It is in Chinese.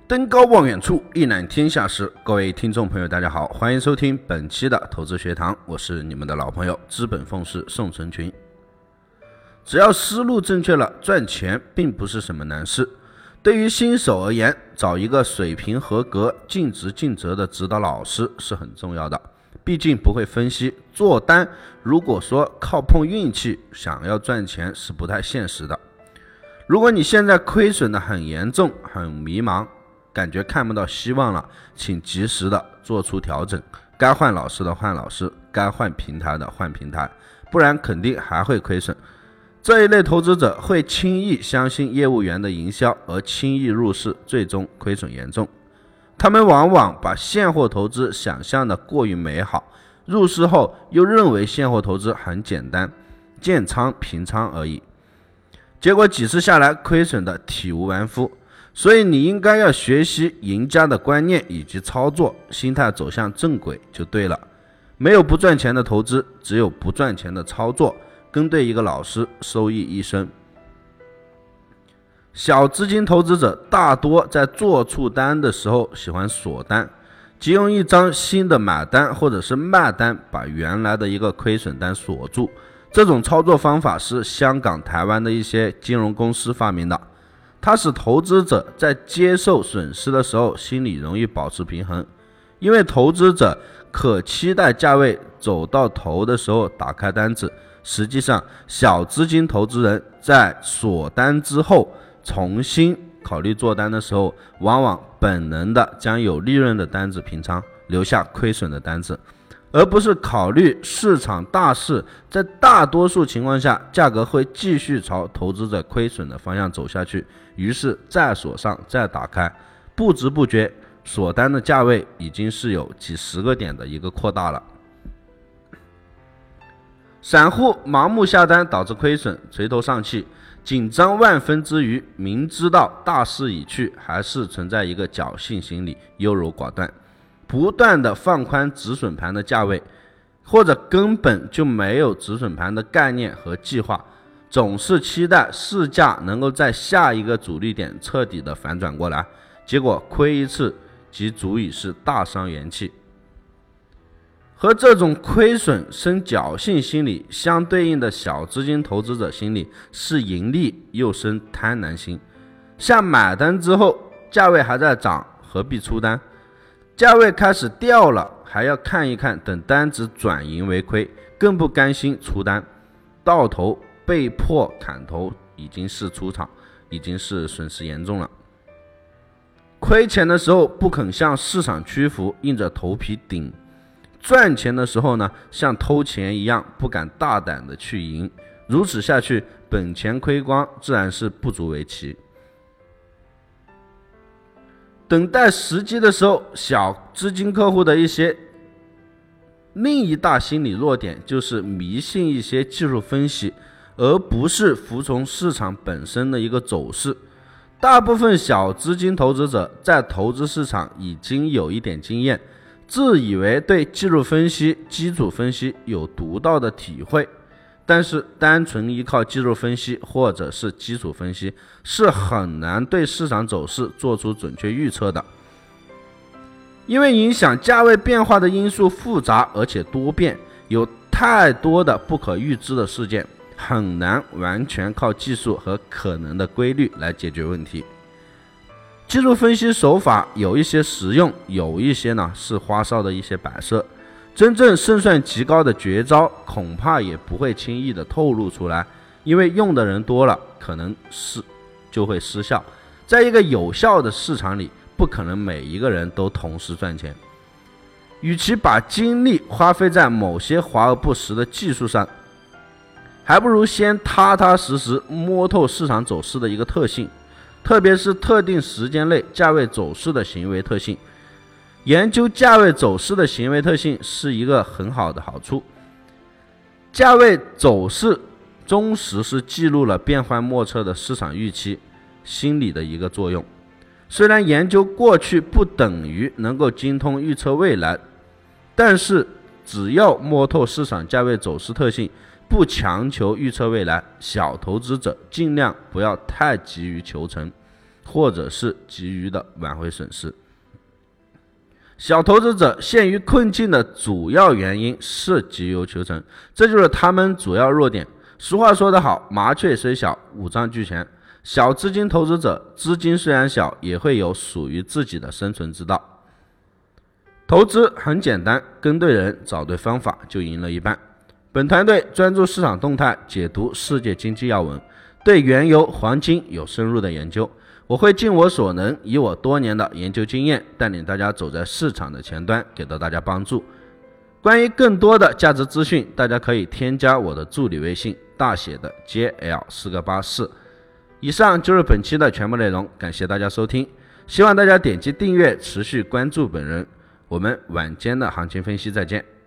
登高望远处，一览天下事。各位听众朋友大家好，欢迎收听本期的投资学堂，我是你们的老朋友资本凤氏宋成群。只要思路正确了，赚钱并不是什么难事。对于新手而言，找一个水平合格、尽职尽责的指导老师是很重要的。毕竟不会分析做单，如果说靠碰运气想要赚钱是不太现实的。如果你现在亏损的很严重，很迷茫，感觉看不到希望了，请及时的做出调整，该换老师的换老师，该换平台的换平台，不然肯定还会亏损。这一类投资者会轻易相信业务员的营销而轻易入市，最终亏损严重。他们往往把现货投资想象的过于美好，入市后又认为现货投资很简单，建仓平仓而已，结果几次下来亏损的体无完肤。所以你应该要学习赢家的观念以及操作，心态走向正轨就对了。没有不赚钱的投资，只有不赚钱的操作，跟对一个老师，收益一生。小资金投资者大多在做出单的时候喜欢锁单，即用一张新的买单或者是卖单把原来的一个亏损单锁住。这种操作方法是香港、台湾的一些金融公司发明的，它使投资者在接受损失的时候心里容易保持平衡，因为投资者可期待价位走到头的时候打开单子。实际上，小资金投资人在锁单之后重新考虑做单的时候，往往本能的将有利润的单子平仓，留下亏损的单子，而不是考虑市场大势，在大多数情况下价格会继续朝投资者亏损的方向走下去，于是再锁上再打开，不知不觉锁单的价位已经是有几十个点的一个扩大了。散户盲目下单导致亏损，垂头丧气，紧张万分之余，明知道大势已去，还是存在一个侥幸心理，优柔寡断，不断的放宽止损盘的价位，或者根本就没有止损盘的概念和计划，总是期待市价能够在下一个阻力点彻底的反转过来，结果亏一次即足以是大伤元气。和这种亏损生侥幸心理相对应的小资金投资者心理是盈利又生贪婪心。像买单之后价位还在涨，何必出单？价位开始掉了，还要看一看，等单子转盈为亏，更不甘心出单，到头被迫砍头，已经是出场，已经是损失严重了。亏钱的时候不肯向市场屈服，硬着头皮顶，赚钱的时候呢，像偷钱一样不敢大胆的去赢，如此下去本钱亏光，自然是不足为奇。等待时机的时候，小资金客户的另一大心理弱点就是迷信一些技术分析，而不是服从市场本身的一个走势。大部分小资金投资者在投资市场已经有一点经验，自以为对技术分析、基础分析有独到的体会，但是单纯依靠技术分析或者是基础分析是很难对市场走势做出准确预测的，因为影响价位变化的因素复杂而且多变，有太多的不可预知的事件，很难完全靠技术和可能的规律来解决问题。技术分析手法有一些实用，有一些呢是花哨的一些摆设，真正胜算极高的绝招恐怕也不会轻易的透露出来，因为用的人多了，可能就会失效。在一个有效的市场里，不可能每一个人都同时赚钱。与其把精力花费在某些华而不实的技术上，还不如先踏踏实实摸透市场走势的一个特性，特别是特定时间内价位走势的行为特性。研究价位走势的行为特性是一个很好的好处。价位走势忠实是记录了变幻莫测的市场预期心理的一个作用。虽然研究过去不等于能够精通预测未来，但是只要摸透市场价位走势特性，不强求预测未来，小投资者尽量不要太急于求成， 或者是急于的挽回损失。小投资者陷于困境的主要原因是急于求成，这就是他们主要弱点。俗话说得好，麻雀虽小，五脏俱全。小资金投资者资金虽然小，也会有属于自己的生存之道。投资很简单，跟对人，找对方法就赢了一半。本团队专注市场动态，解读世界经济要闻，对原油、黄金有深入的研究。我会尽我所能，以我多年的研究经验，带领大家走在市场的前端，给到大家帮助。关于更多的价值资讯，大家可以添加我的助理微信，大写的 JL4984。以上就是本期的全部内容，感谢大家收听，希望大家点击订阅，持续关注本人。我们晚间的行情分析再见。